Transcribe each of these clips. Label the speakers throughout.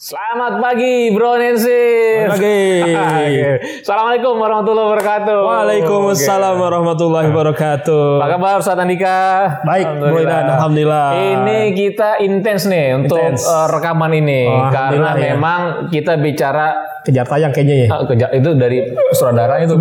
Speaker 1: Selamat pagi Bro Nensis.
Speaker 2: Selamat pagi.
Speaker 1: Assalamualaikum warahmatullahi wabarakatuh.
Speaker 2: Waalaikumsalam warahmatullahi wabarakatuh.
Speaker 1: Apa kabar Ustaz Andika?
Speaker 2: Baik, Bro Idan, alhamdulillah.
Speaker 1: Ini kita intens nih untuk rekaman ini karena memang kita bicara
Speaker 2: kejar tayang kayaknya ya.
Speaker 1: Itu dari sutradara itu.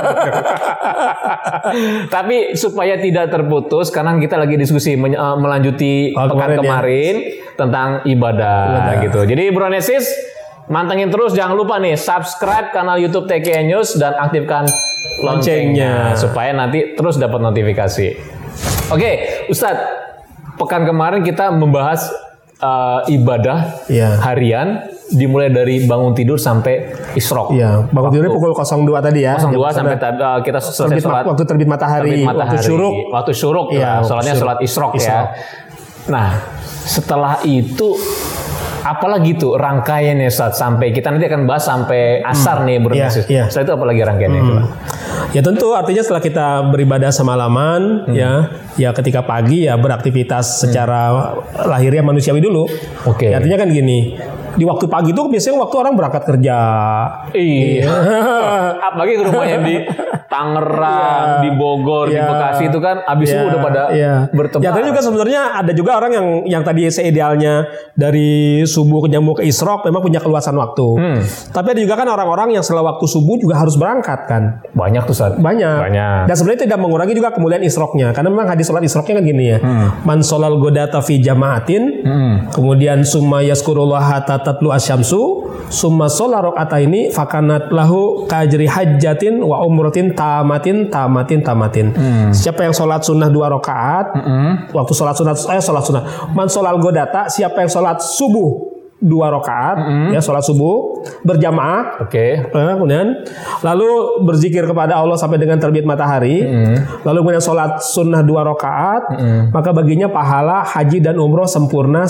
Speaker 1: Tapi supaya tidak terputus karena kita lagi diskusi melanjuti pekan kemarin tentang ibadah gitu. Jadi Bro Nesis, mantengin terus, jangan lupa nih subscribe kanal YouTube TKN News dan aktifkan loncengnya supaya nanti terus dapat notifikasi. Oke, Ustadz, pekan kemarin kita membahas ibadah harian dimulai dari bangun tidur sampai isyraq.
Speaker 2: Iya, bangun tidurnya pukul 02 tadi ya.
Speaker 1: 02 sampai kita selesai sholat
Speaker 2: waktu terbit matahari,
Speaker 1: waktu syuruk ya, sholatnya sholat isyraq ya. Nah, setelah itu apalagi tuh rangkaiannya Ustaz, sampai kita nanti akan bahas sampai asar nih Bro Nesis. Setelah itu apalagi rangkaiannya coba?
Speaker 2: Ya tentu artinya setelah kita beribadah semalaman ya ketika pagi ya beraktivitas secara lahiriah manusiawi dulu.
Speaker 1: Oke.
Speaker 2: Ya, artinya kan gini, di waktu pagi itu biasanya waktu orang berangkat kerja.
Speaker 1: Iya. Apalagi rumahnya di Tangerang, di Bogor, di Bekasi itu kan abis itu udah pada bertebar.
Speaker 2: Ya, tapi juga sebenarnya ada juga orang yang tadi seidealnya dari subuh nyambung ke isyraq memang punya keluasan waktu. Tapi ada juga kan orang-orang yang setelah waktu subuh juga harus berangkat kan.
Speaker 1: Banyak tuh Ustaz.
Speaker 2: Banyak. Dan sebenarnya tidak mengurangi juga kemuliaan isyraqnya. Karena memang hadis sholat isyraqnya kan gini ya. Man sholal godata fi jama'atin. Kemudian summa yazkurullaha tatlu asyamsu. Summa shola rakaataini fakanat lahu kajri hajjatin wa umratin tamatin. Siapa yang sholat sunnah 2 rakaat, waktu sholat sunnah. Man sholal godata, siapa yang sholat subuh 2 rakaat, ya sholat subuh berjamaah. Kemudian lalu berzikir kepada Allah sampai dengan terbit matahari. Lalu kemudian sholat sunnah 2 rakaat, maka baginya pahala haji dan umroh sempurna.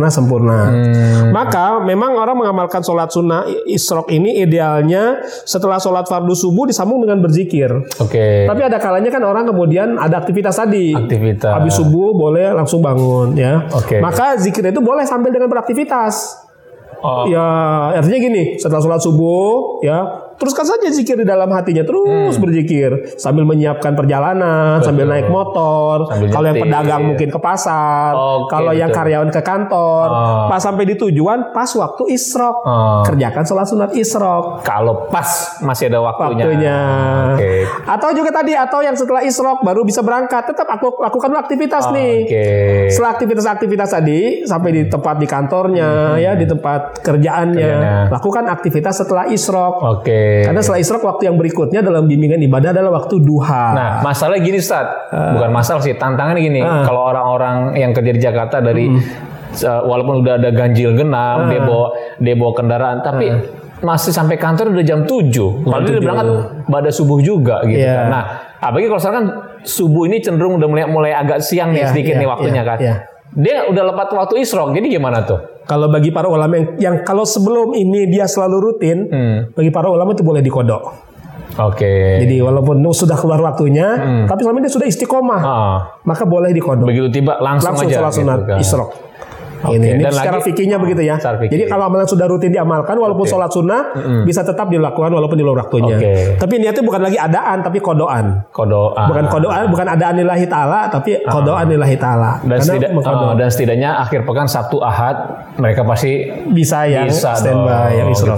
Speaker 2: Maka memang orang mengamalkan sholat sunnah isyraq ini idealnya setelah sholat fardu subuh disambung dengan berzikir. Tapi ada kalanya kan orang kemudian ada aktivitas tadi. Habis subuh boleh langsung bangun ya. Maka zikir itu boleh sambil dengan beraktivitas. Ya artinya gini, setelah sholat subuh ya teruskan saja zikir di dalam hatinya, terus berzikir sambil menyiapkan perjalanan, sambil naik motor, kalau yang pedagang mungkin ke pasar, kalau yang karyawan ke kantor, pas sampai di tujuan pas waktu isyraq, kerjakan sholat sunat isyraq.
Speaker 1: Kalau pas masih ada waktunya.
Speaker 2: Atau juga tadi, atau yang setelah isyraq baru bisa berangkat, tetap aku lakukan aktivitas nih. Setelah aktivitas tadi sampai di tempat di kantornya, ya di tempat kerjaannya, lakukan aktivitas setelah isyraq. Karena setelah isyraq waktu yang berikutnya dalam bimbingan ibadah adalah waktu duha.
Speaker 1: Nah, masalah gini Ustaz. Bukan masalah sih, tantangan gini. Kalau orang-orang yang kerja di Jakarta dari walaupun udah ada ganjil genap, dia bawa kendaraan, tapi masih sampai kantor udah jam 7. Kalau dia berangkat pada subuh juga gitu kan. Nah, apalagi kalau sekarang kan subuh ini cenderung udah mulai agak siang nih sedikit nih waktunya kan. Dia udah lepas waktu isyraq. Jadi gimana tuh?
Speaker 2: Kalau bagi para ulama yang kalau sebelum ini dia selalu rutin, bagi para ulama itu boleh dikodok. Jadi walaupun sudah keluar waktunya, tapi selama ini dia sudah istiqomah, maka boleh dikodok.
Speaker 1: Begitu tiba langsung aja
Speaker 2: sholat sunat isyraq. Ini secara fikihnya begitu ya. Jadi kalau amalan sudah rutin diamalkan, walaupun sholat sunnah bisa tetap dilakukan walaupun di luar waktunya. Tapi niatnya bukan lagi adaan, tapi kodoan. Bukan kodoan, bukan adaan lillahi ta'ala, tapi kodoan lillahi ta'ala.
Speaker 1: Dan setidaknya akhir pekan Sabtu Ahad mereka pasti
Speaker 2: bisa standby yang isyraq.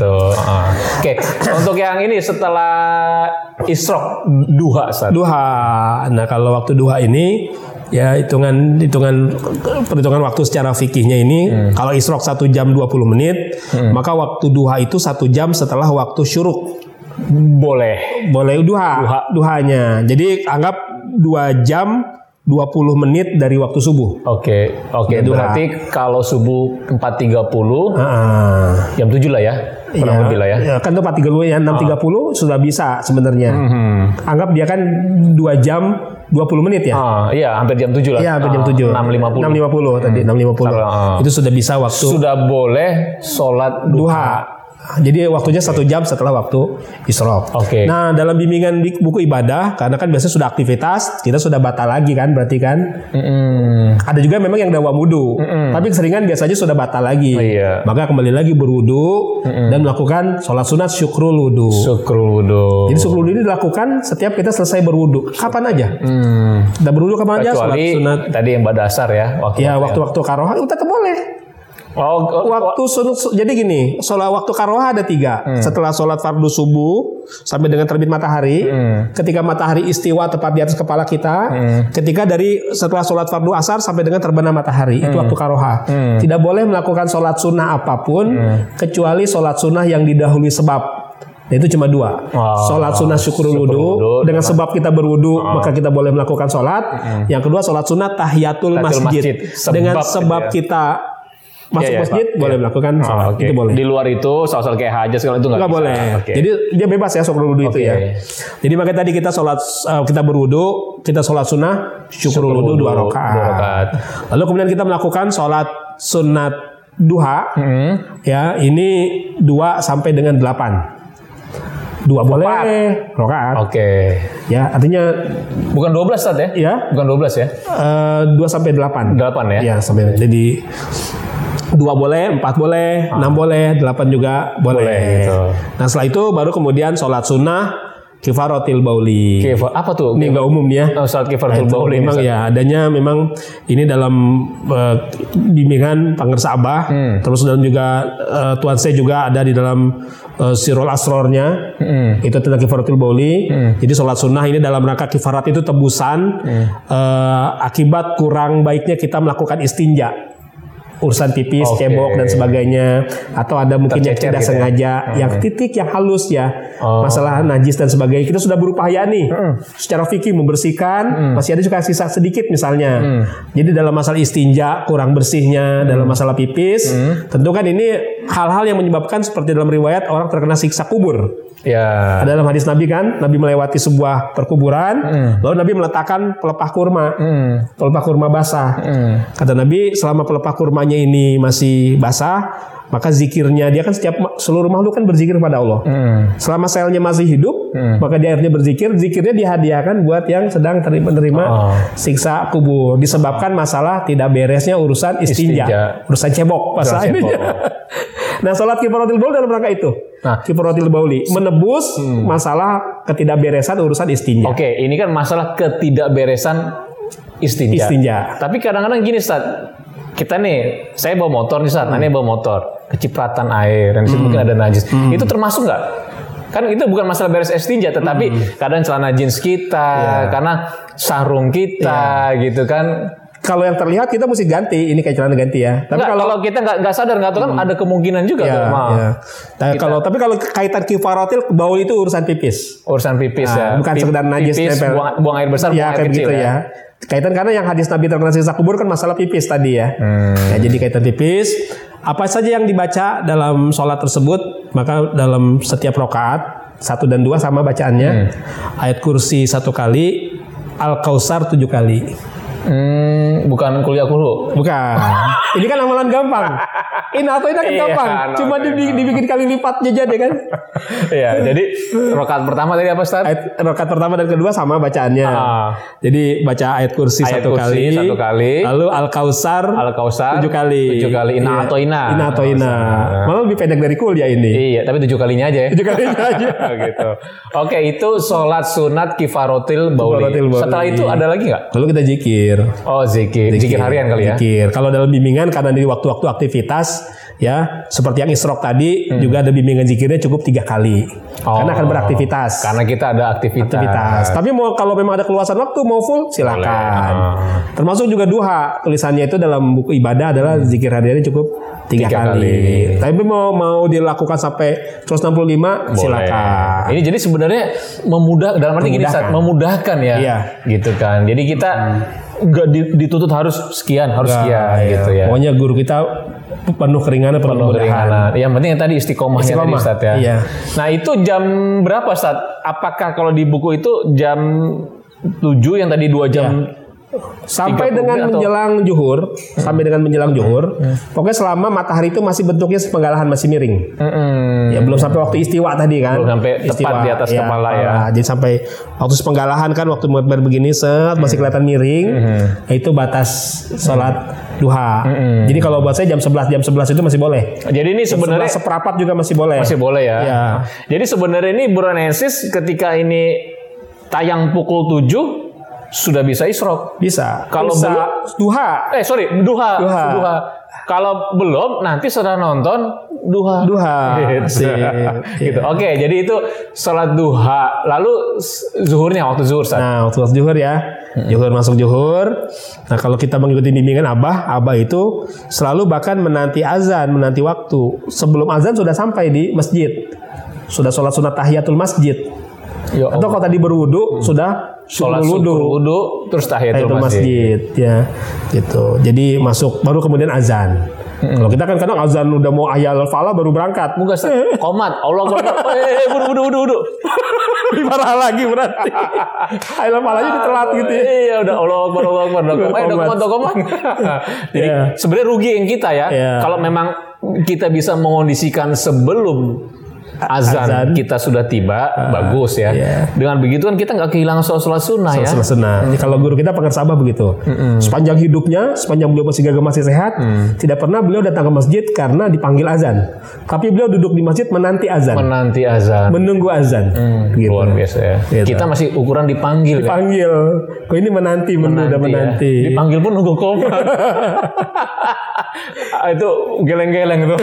Speaker 1: Untuk yang ini setelah isyraq duha.
Speaker 2: Nah kalau waktu duha ini ya perhitungan waktu secara fikihnya ini kalau isyraq 1 jam 20 menit, maka waktu duha itu 1 jam setelah waktu syuruk. Boleh duhanya. Jadi anggap 2 jam 20 menit dari waktu subuh. Berarti kalau subuh 4.30 jam 7 lah ya. Kurang lebih lah ya. Kan itu 4.30 ya, 6.30 sudah bisa sebenarnya. Anggap dia kan 2 jam 20 menit ya.
Speaker 1: Iya, hampir jam 7 lah.
Speaker 2: Iya, hampir jam 7.
Speaker 1: 6.50
Speaker 2: tadi, 6.50. Itu sudah bisa waktu.
Speaker 1: Sudah boleh sholat duha.
Speaker 2: Jadi waktunya 1 jam setelah waktu isyraq.
Speaker 1: Oke.
Speaker 2: Nah, dalam bimbingan di buku ibadah, karena kan biasanya sudah aktivitas, kita sudah batal lagi kan, berarti kan. Ada juga memang yang dawa wudu, tapi keseringan biasanya sudah batal lagi.
Speaker 1: Iya.
Speaker 2: Maka kembali lagi berwudu dan melakukan sholat sunat syukrul wudu. Jadi syukrul wudu ini dilakukan setiap kita selesai berwudu. Kapan aja? Kita berwudu kapan aja? Sholat
Speaker 1: Kecuali
Speaker 2: sunat.
Speaker 1: tadi yang dasar ya.
Speaker 2: Waktu-waktu karoha itu tetap boleh. Waktu sunat, jadi gini, sholat waktu karoha ada 3. Setelah sholat fardu subuh sampai dengan terbit matahari, ketika matahari istiwa tepat di atas kepala kita, ketika setelah sholat fardu asar sampai dengan terbenam matahari, itu waktu karoha. Tidak boleh melakukan sholat sunnah apapun kecuali sholat sunnah yang didahului sebab. Nah, itu cuma 2. Sholat sunnah syukrul wudu dengan sebab kita berwudu maka kita boleh melakukan sholat. Yang kedua sholat sunnah tahiyatul masjid dengan sebab kita masuk masjid boleh melakukan sholat. Itu boleh.
Speaker 1: Di luar itu soal kayak hajat segala itu nggak
Speaker 2: boleh. Jadi dia bebas ya syukrul wudu itu ya. Jadi makanya tadi kita sholat, kita berwudu, kita sholat sunnah syukrul wudu 2 rakaat. Lalu kemudian kita melakukan sholat sunat duha. Ya, ini 2 sampai dengan 8. 2 boleh rakaat. Ya, artinya
Speaker 1: bukan 12 Ustaz ya?
Speaker 2: Iya.
Speaker 1: Bukan 12 ya?
Speaker 2: 2 sampai 8.
Speaker 1: 8 ya?
Speaker 2: Ya, sampai jadi 2 boleh, 4 boleh, 6 boleh, 8 juga boleh. Gitu. Nah, setelah itu baru kemudian sholat sunnah kifaratil bauli.
Speaker 1: Apa tuh?
Speaker 2: Ini nggak umum nih ya.
Speaker 1: Sholat kifaratil bauli.
Speaker 2: Memang ya, adanya memang ini dalam bimbingan Pangersa Abah. Terus dan juga Tuan saya juga ada di dalam Sirul Asrornya. Itu tentang kifaratil bauli. Jadi sholat sunnah ini dalam rangka kifarat itu tebusan akibat kurang baiknya kita melakukan istinja. Urusan pipis, cebok dan sebagainya, atau ada mungkin yang tidak sengaja, yang titik yang halus ya, masalah najis dan sebagainya, kita sudah berupaya nih, secara fikih membersihkan, masih ada juga sisa sedikit misalnya. Jadi dalam masalah istinja kurang bersihnya, dalam masalah pipis, tentu kan ini hal-hal yang menyebabkan seperti dalam riwayat orang terkena siksa kubur.
Speaker 1: Ya.
Speaker 2: Ada dalam hadis Nabi kan, Nabi melewati sebuah perkuburan, lalu Nabi meletakkan pelepah kurma basah. Kata Nabi, selama pelepah kurmanya ini masih basah, maka zikirnya dia kan seluruh makhluk kan berzikir pada Allah. Selama selnya masih hidup, maka dia akhirnya berzikir, zikirnya dihadiahkan buat yang sedang menerima siksa kubur. Disebabkan masalah tidak beresnya urusan istinja. Urusan cebok bahasa ini. Nah, sholat kifaratil bauli dalam rangka itu. Kifaratil bauli menebus masalah ketidakberesan urusan istinja.
Speaker 1: Ini kan masalah ketidakberesan istinja. Tapi kadang-kadang gini Ustaz, kita nih, saya bawa motor nih Ustaz, aneh bawa motor, kecipratan air, dan di situ mungkin ada najis. Itu termasuk nggak? Kan itu bukan masalah beres istinja, tetapi kadang celana jeans kita, karena sarung kita, gitu kan.
Speaker 2: Kalau yang terlihat kita mesti ganti, ini kayak celana ganti ya. Tapi
Speaker 1: kalau kita nggak sadar nggak tahu kan ada kemungkinan juga tuh.
Speaker 2: Tapi kalau kaitan kifaratil bauli itu urusan pipis.
Speaker 1: Urusan pipis ya.
Speaker 2: Bukan sekedar najis nempel.
Speaker 1: Buang air besar, buang air kecil ya.
Speaker 2: Kaitan karena yang hadis Nabi terkena siksa kubur kan masalah pipis tadi ya. Jadi kaitan pipis, apa saja yang dibaca dalam sholat tersebut, maka dalam setiap rakaat 1 dan 2 sama bacaannya. Ayat kursi 1 kali, Al-Kausar 7 kali.
Speaker 1: Bukan kuliah kuliah.
Speaker 2: Bukan. Ini kan amalan gampang. Atau kan gampang. Cuma dibikin kali lipatnya jadi kan.
Speaker 1: Iya. Jadi rakaat pertama tadi apa Ustaz?
Speaker 2: Rakaat pertama dan kedua sama bacaannya. Jadi baca ayat kursi 1 kali. Lalu Al-Kausar 7 kali.
Speaker 1: 7 kali. Ina atau ina.
Speaker 2: Malah lebih pendek dari kuliah ini.
Speaker 1: Iya. Tapi 7 kalinya aja ya.
Speaker 2: 7 kalinya aja.
Speaker 1: Gitu. Itu sholat sunat kifaratil bauli. Setelah itu ada lagi nggak?
Speaker 2: Lalu kita zikir.
Speaker 1: Zikir harian kali ya.
Speaker 2: Zikir. Kalau dalam bimbingan karena di waktu-waktu aktivitas ya, seperti yang isyraq tadi juga ada bimbingan zikirnya cukup 3 kali. Karena akan beraktivitas.
Speaker 1: Karena kita ada aktivitas.
Speaker 2: Tapi kalau memang ada keluasan waktu mau full silakan. Termasuk juga duha. Tulisannya itu dalam buku ibadah adalah zikir hariannya cukup 3 kali. Tapi mau dilakukan sampai 165 silakan.
Speaker 1: Ini jadi sebenarnya dalam arti gini memudahkan ya. Iya. Gitu kan. Jadi kita nggak dituntut harus sekian gitu ya.
Speaker 2: Pokoknya guru kita penuh keringanan, penuh kemudahan.
Speaker 1: Yang penting yang tadi istiqomahnya tadi Ustaz ya.
Speaker 2: Iya.
Speaker 1: Nah itu jam berapa Ustaz? Apakah kalau di buku itu jam 7 yang tadi 2 jam
Speaker 2: sampai dengan menjelang zuhur, pokoknya selama matahari itu masih bentuknya penggalahan masih miring. Ya belum sampai waktu istiwa tadi kan.
Speaker 1: Belum sampai tepat di atas kepala ya.
Speaker 2: Jadi sampai waktu penggalahan kan waktu begini masih kelihatan miring. Itu batas sholat duha. Jadi kalau buat saya jam 11 itu masih boleh.
Speaker 1: Jadi ini sebenarnya
Speaker 2: seperempat juga masih boleh.
Speaker 1: Masih boleh ya.
Speaker 2: Ya.
Speaker 1: Jadi sebenarnya ini Bronesis ketika ini tayang pukul 7 sudah bisa isyraq.
Speaker 2: Bisa.
Speaker 1: Kalau belum
Speaker 2: duha.
Speaker 1: Duha. Kalau belum nanti setelah nonton duha. Gitu. Oke, jadi itu sholat duha. Lalu zuhurnya waktu zuhur.
Speaker 2: Nah, waktu zuhur ya. Zuhur masuk zuhur. Nah, kalau kita mengikuti bimbingan Abah itu selalu bahkan menanti azan, menanti waktu. Sebelum azan sudah sampai di masjid. Sudah sholat sunat tahiyatul masjid. Atau kalau tadi berwudu sudah
Speaker 1: sholat wudu terus tahiyatul masjid
Speaker 2: ya gitu. Jadi masuk baru kemudian azan. Kalau kita kan kadang azan udah mau hayal falah baru berangkat.
Speaker 1: Bukan qomat. Allah Akbar. Wudu.
Speaker 2: Marah lagi berarti. Hayal falahnya ditelat gitu ya.
Speaker 1: Iya udah Allah Akbar. Udah qomat. Jadi sebenarnya rugi yang kita ya. Kalau memang kita bisa mengondisikan sebelum azan kita sudah tiba, bagus ya. Dengan begitu kan kita nggak kehilangan sholat sunnah ya.
Speaker 2: Sholat sunnah. Kalau guru kita Pakar Sabah begitu. Sepanjang hidupnya, sepanjang beliau masih gagah masih sehat, tidak pernah beliau datang ke masjid karena dipanggil azan. Tapi beliau duduk di masjid menanti azan. Menunggu azan.
Speaker 1: Gitu. Luar biasa ya.
Speaker 2: Gitu.
Speaker 1: Kita masih ukuran dipanggil.
Speaker 2: Kok ini menanti.
Speaker 1: Ya. Dipanggil pun nunggu komat. Itu geleng-geleng tuh.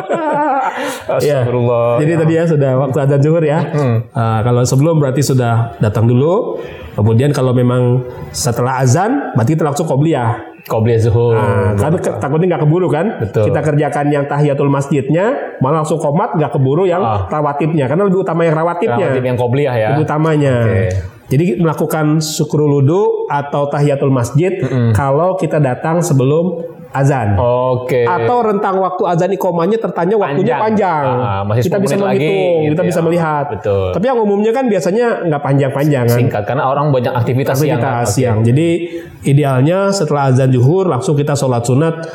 Speaker 1: Astagfirullah.
Speaker 2: Jadi tadi ya sudah waktu azan zuhur ya. Kalau sebelum berarti sudah datang dulu. Kemudian kalau memang setelah azan berarti kita langsung qobliyah
Speaker 1: zuhur.
Speaker 2: Karena takutnya nggak keburu kan.
Speaker 1: Betul.
Speaker 2: Kita kerjakan yang tahiyatul masjidnya, malah langsung qomat nggak keburu yang rawatibnya. Karena lebih utama yang rawatibnya.
Speaker 1: Rawatib yang qobliyah ya.
Speaker 2: Lebih utamanya. Jadi melakukan syukrul wudu atau tahiyatul masjid kalau kita datang sebelum azan. Atau rentang waktu azan iqomahnya tertanya waktunya panjang. Kita bisa menghitung, kita bisa melihat.
Speaker 1: Betul.
Speaker 2: Tapi yang umumnya kan biasanya nggak panjang-panjang.
Speaker 1: Singkat karena orang banyak aktivitas siang.
Speaker 2: Jadi idealnya setelah azan zuhur langsung kita sholat sunat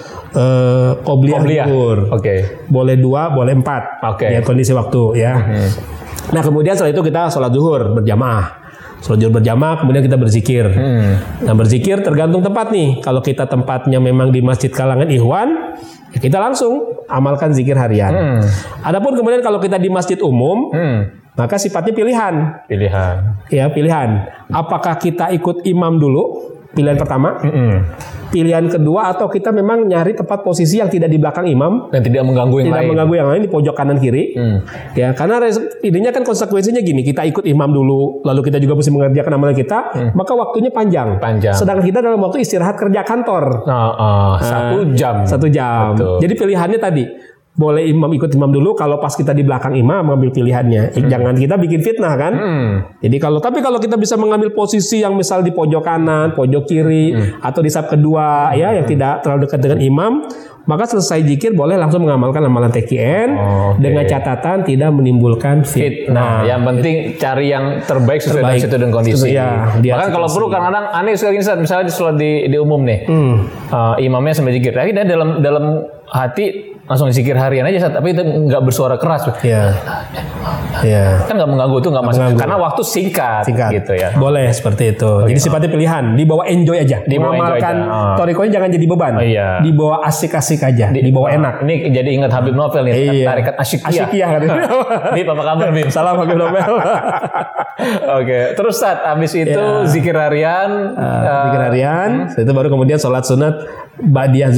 Speaker 2: qobliyah zuhur. Boleh 2, boleh 4. Ya kondisi waktu ya. Nah kemudian setelah itu kita sholat zuhur berjamaah. Sholat zuhur berjamaah, kemudian kita berzikir. Nah berzikir tergantung tempat nih. Kalau kita tempatnya memang di Masjid Kalangan Ikhwan, ya kita langsung amalkan zikir harian. Adapun kemudian kalau kita di masjid umum, maka sifatnya pilihan. Ya pilihan. Apakah kita ikut imam dulu? Pilihan pertama. Pilihan kedua atau kita memang nyari tempat posisi yang tidak di belakang imam
Speaker 1: dan tidak mengganggu
Speaker 2: yang lain di pojok kanan kiri. Ya, karena idenya kan konsekuensinya gini, kita ikut imam dulu, lalu kita juga mesti mengerjakan amalan kita, maka waktunya panjang. Sedangkan kita dalam waktu istirahat kerja kantor.
Speaker 1: 1 jam.
Speaker 2: Betul. Jadi pilihannya tadi boleh ikut imam dulu kalau pas kita di belakang imam mengambil pilihannya. Jangan kita bikin fitnah kan. Jadi kalau kita bisa mengambil posisi yang misal di pojok kanan, pojok kiri atau di saf kedua ya yang tidak terlalu dekat dengan imam, maka selesai zikir boleh langsung mengamalkan amalan TKN dengan catatan tidak menimbulkan fitnah.
Speaker 1: Yang penting cari yang terbaik sesuai dengan situasi dan kondisi. Bahkan kalau perlu kadang-kadang aneh sekali misalnya di sholat di umum nih. Imamnya sambil zikir. Tapi dalam hati langsung zikir harian aja tapi itu nggak bersuara keras. Kan nggak mengganggu tuh, nggak masalah karena waktu singkat gitu ya.
Speaker 2: Boleh seperti itu. Jadi sifatnya pilihan, dibawa enjoy aja. Mengamalkan torikonya jangan jadi beban. Dibawa asik-asik aja, dibawa enak.
Speaker 1: Ini jadi ingat Habib Novel nih, tarikat asyikiyah. Bib, apa kabar Bib?
Speaker 2: Salam Habib Novel.
Speaker 1: Terus habis itu zikir harian.
Speaker 2: Itu baru kemudian sholat sunat ba'diyah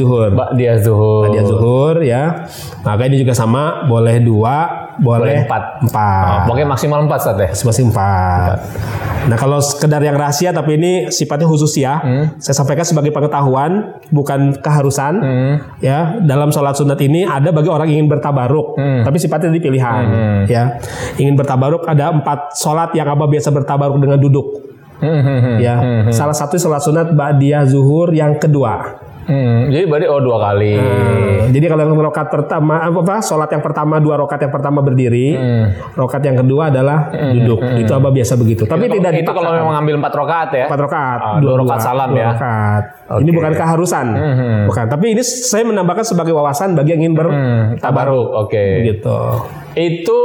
Speaker 2: zuhur ya. Maka ini juga sama, boleh 2, boleh 4.
Speaker 1: Pokoknya maksimal 4 Ustaz ya.
Speaker 2: Masih 4. Nah, kalau sekedar yang rahasia tapi ini sifatnya khusus ya. Saya sampaikan sebagai pengetahuan, bukan keharusan. Ya, dalam sholat sunat ini ada bagi orang yang ingin bertabaruk, tapi sifatnya di pilihan. Ya, ingin bertabaruk ada 4 sholat yang Abah biasa bertabaruk dengan duduk. Ya, salah satu sholat sunat ba'diyah zuhur yang kedua.
Speaker 1: Jadi berarti 2 kali.
Speaker 2: Jadi kalau yang rokat pertama sholat yang pertama 2 rokat yang pertama berdiri, rokat yang kedua adalah duduk. Itu Abah biasa begitu. Tapi
Speaker 1: Itu
Speaker 2: tidak
Speaker 1: itu kalau memang ambil 4 rokaat ya.
Speaker 2: 4 rokat,
Speaker 1: 2 rokaat salam
Speaker 2: 2
Speaker 1: ya.
Speaker 2: rokat.
Speaker 1: Oke.
Speaker 2: Ini bukan keharusan. Bukan, tapi ini saya menambahkan sebagai wawasan bagi yang ingin
Speaker 1: Tabaruk. Oke.
Speaker 2: Begitu.
Speaker 1: Itu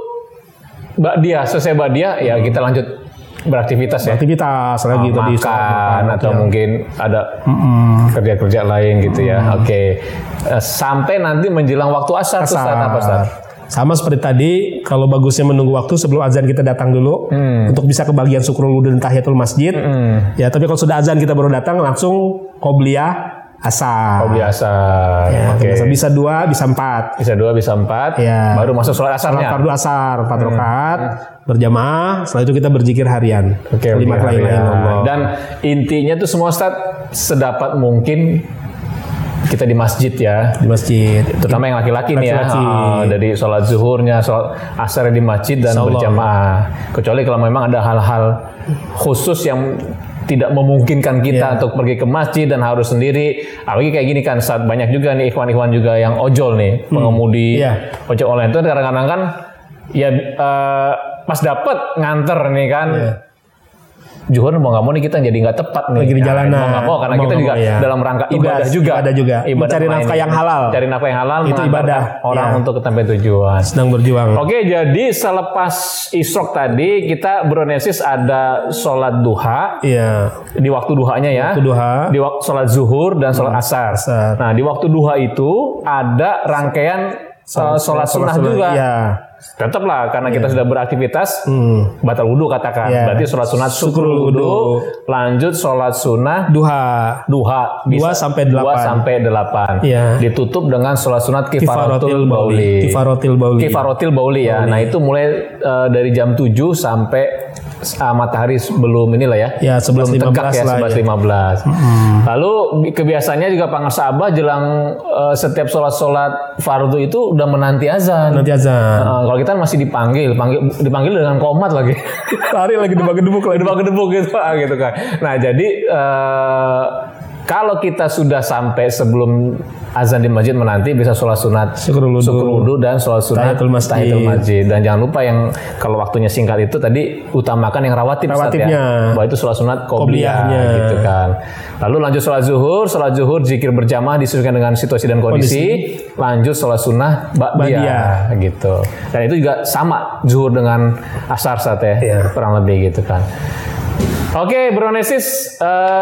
Speaker 1: ba'diyah, selesai ba'diyah ya kita lanjut beraktivitas ya.
Speaker 2: Aktivitas lagi tadi
Speaker 1: Makan atau mungkin ada kerja-kerja lain gitu ya. Oke. Sampai nanti menjelang waktu asar. Tuh saat apa, Ustaz?
Speaker 2: Sama seperti tadi, kalau bagusnya menunggu waktu sebelum azan kita datang dulu untuk bisa ke bagian syukrul wudhu dan tahiyatul masjid. Ya, tapi kalau sudah azan kita baru datang langsung qobliyah asar.
Speaker 1: Qobliyah asar.
Speaker 2: Ya,
Speaker 1: Oke.
Speaker 2: bisa 2, bisa 4.
Speaker 1: Bisa 2, bisa 4.
Speaker 2: Ya.
Speaker 1: Baru masuk sholat asarnya.
Speaker 2: Fardu asar 4 rakaat berjamaah. Setelah itu kita berzikir harian.
Speaker 1: Oke,
Speaker 2: Kalimat la ilaha illallah.
Speaker 1: Dan intinya tuh semua Ustaz sedapat mungkin kita di masjid ya.
Speaker 2: Di masjid.
Speaker 1: Terutama yang laki-laki nih ya. Dari sholat zuhurnya, sholat asar di masjid dan berjamaah. Kecuali kalau memang ada hal-hal khusus yang tidak memungkinkan kita untuk pergi ke masjid dan harus sendiri. Apalagi kayak gini kan, saat banyak juga nih ikhwan-ikhwan juga yang ojol nih, pengemudi ojek online itu kadang-kadang kan ya pas dapet nganter nih kan. Zuhur mau nggak mau nih kita jadi nggak tepat nih.
Speaker 2: Lagi di jalanan.
Speaker 1: Mau nggak mau karena kita juga dalam rangka ibadah juga.
Speaker 2: Mencari nafkah yang halal.
Speaker 1: Cari nafkah yang halal.
Speaker 2: Itu ibadah.
Speaker 1: Orang untuk sampai tujuan.
Speaker 2: Sedang berjuang.
Speaker 1: Oke, jadi selepas isrok tadi kita Bronesis ada sholat duha.
Speaker 2: Iya.
Speaker 1: Di waktu duhanya ya.
Speaker 2: Waktu duha.
Speaker 1: Di waktu sholat zuhur dan sholat asar. Nah, di waktu duha itu ada rangkaian sholat sunnah juga.
Speaker 2: Iya.
Speaker 1: Tetaplah karena kita sudah beraktivitas batal wudhu katakan. Berarti sholat sunat syukrul wudhu, lanjut sholat sunnah
Speaker 2: duha
Speaker 1: bisa
Speaker 2: 2 sampai 8. Iya.
Speaker 1: Ditutup dengan sholat sunat kifaratul bauli. Kifaratul bauli ya. Nah, itu mulai dari jam 7 sampai matahari belum inilah ya.
Speaker 2: Ya, 11.15
Speaker 1: ya, 11.15. Lalu kebiasaannya juga Pak Abah jelang setiap sholat fardu itu udah menanti azan. Kalau kita masih dipanggil dengan komat lagi.
Speaker 2: Lari lagi debak-debuk
Speaker 1: gitu kan. Nah, jadi kalau kita sudah sampai sebelum azan di masjid menanti bisa sholat sunat syukrul wudhu dan sholat sunat tahiyatul masjid. Dan jangan lupa yang kalau waktunya singkat itu tadi utamakan yang rawatibnya. Bahwa itu sholat sunat qobliyahnya gitu kan. Lalu lanjut sholat zuhur zikir berjamaah disesuaikan dengan situasi dan kondisi. Lanjut sholat sunnah ba'diyah gitu. Dan itu juga sama zuhur dengan asar saat ya. Kurang lebih gitu kan. Oke, Bronesis,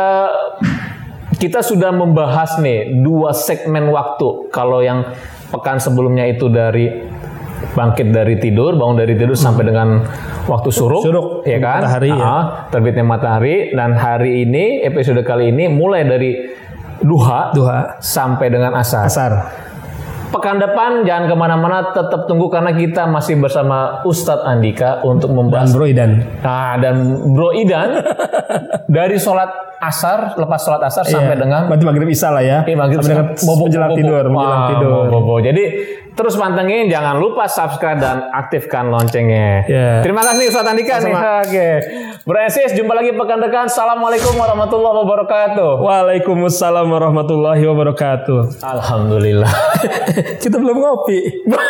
Speaker 1: kita sudah membahas nih 2 segmen waktu. Kalau yang pekan sebelumnya itu dari bangkit dari tidur, bangun dari tidur sampai dengan waktu suruk ya kan?
Speaker 2: Matahari,
Speaker 1: terbitnya matahari. Dan hari ini, episode kali ini mulai dari duha sampai dengan asar. Pekan depan jangan kemana-mana, tetap tunggu karena kita masih bersama Ustadz Andika untuk membahas
Speaker 2: dan Bro Idan.
Speaker 1: Dan Bro Idan dari lepas sholat asar sampai dengan
Speaker 2: berarti maghrib isya lah ya.
Speaker 1: Maghrib
Speaker 2: sampai dengan menjelang tidur.
Speaker 1: Jadi terus pantengin, jangan lupa subscribe dan aktifkan loncengnya. Terima kasih Ustadz Andika nih. Oke. Bronesis, jumpa lagi pekan depan. Assalamualaikum warahmatullahi wabarakatuh.
Speaker 2: Waalaikumsalam warahmatullahi wabarakatuh.
Speaker 1: Alhamdulillah.
Speaker 2: Kita belum ngopi.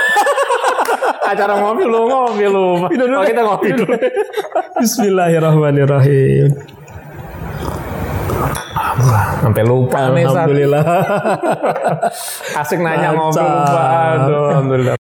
Speaker 1: Acara ngopi lu. Kita ngopi dulu.
Speaker 2: Bismillahirrahmanirrahim.
Speaker 1: Sampai lupa nih.
Speaker 2: Alhamdulillah.
Speaker 1: Asik nanya ngopi lupa. Aduh, alhamdulillah.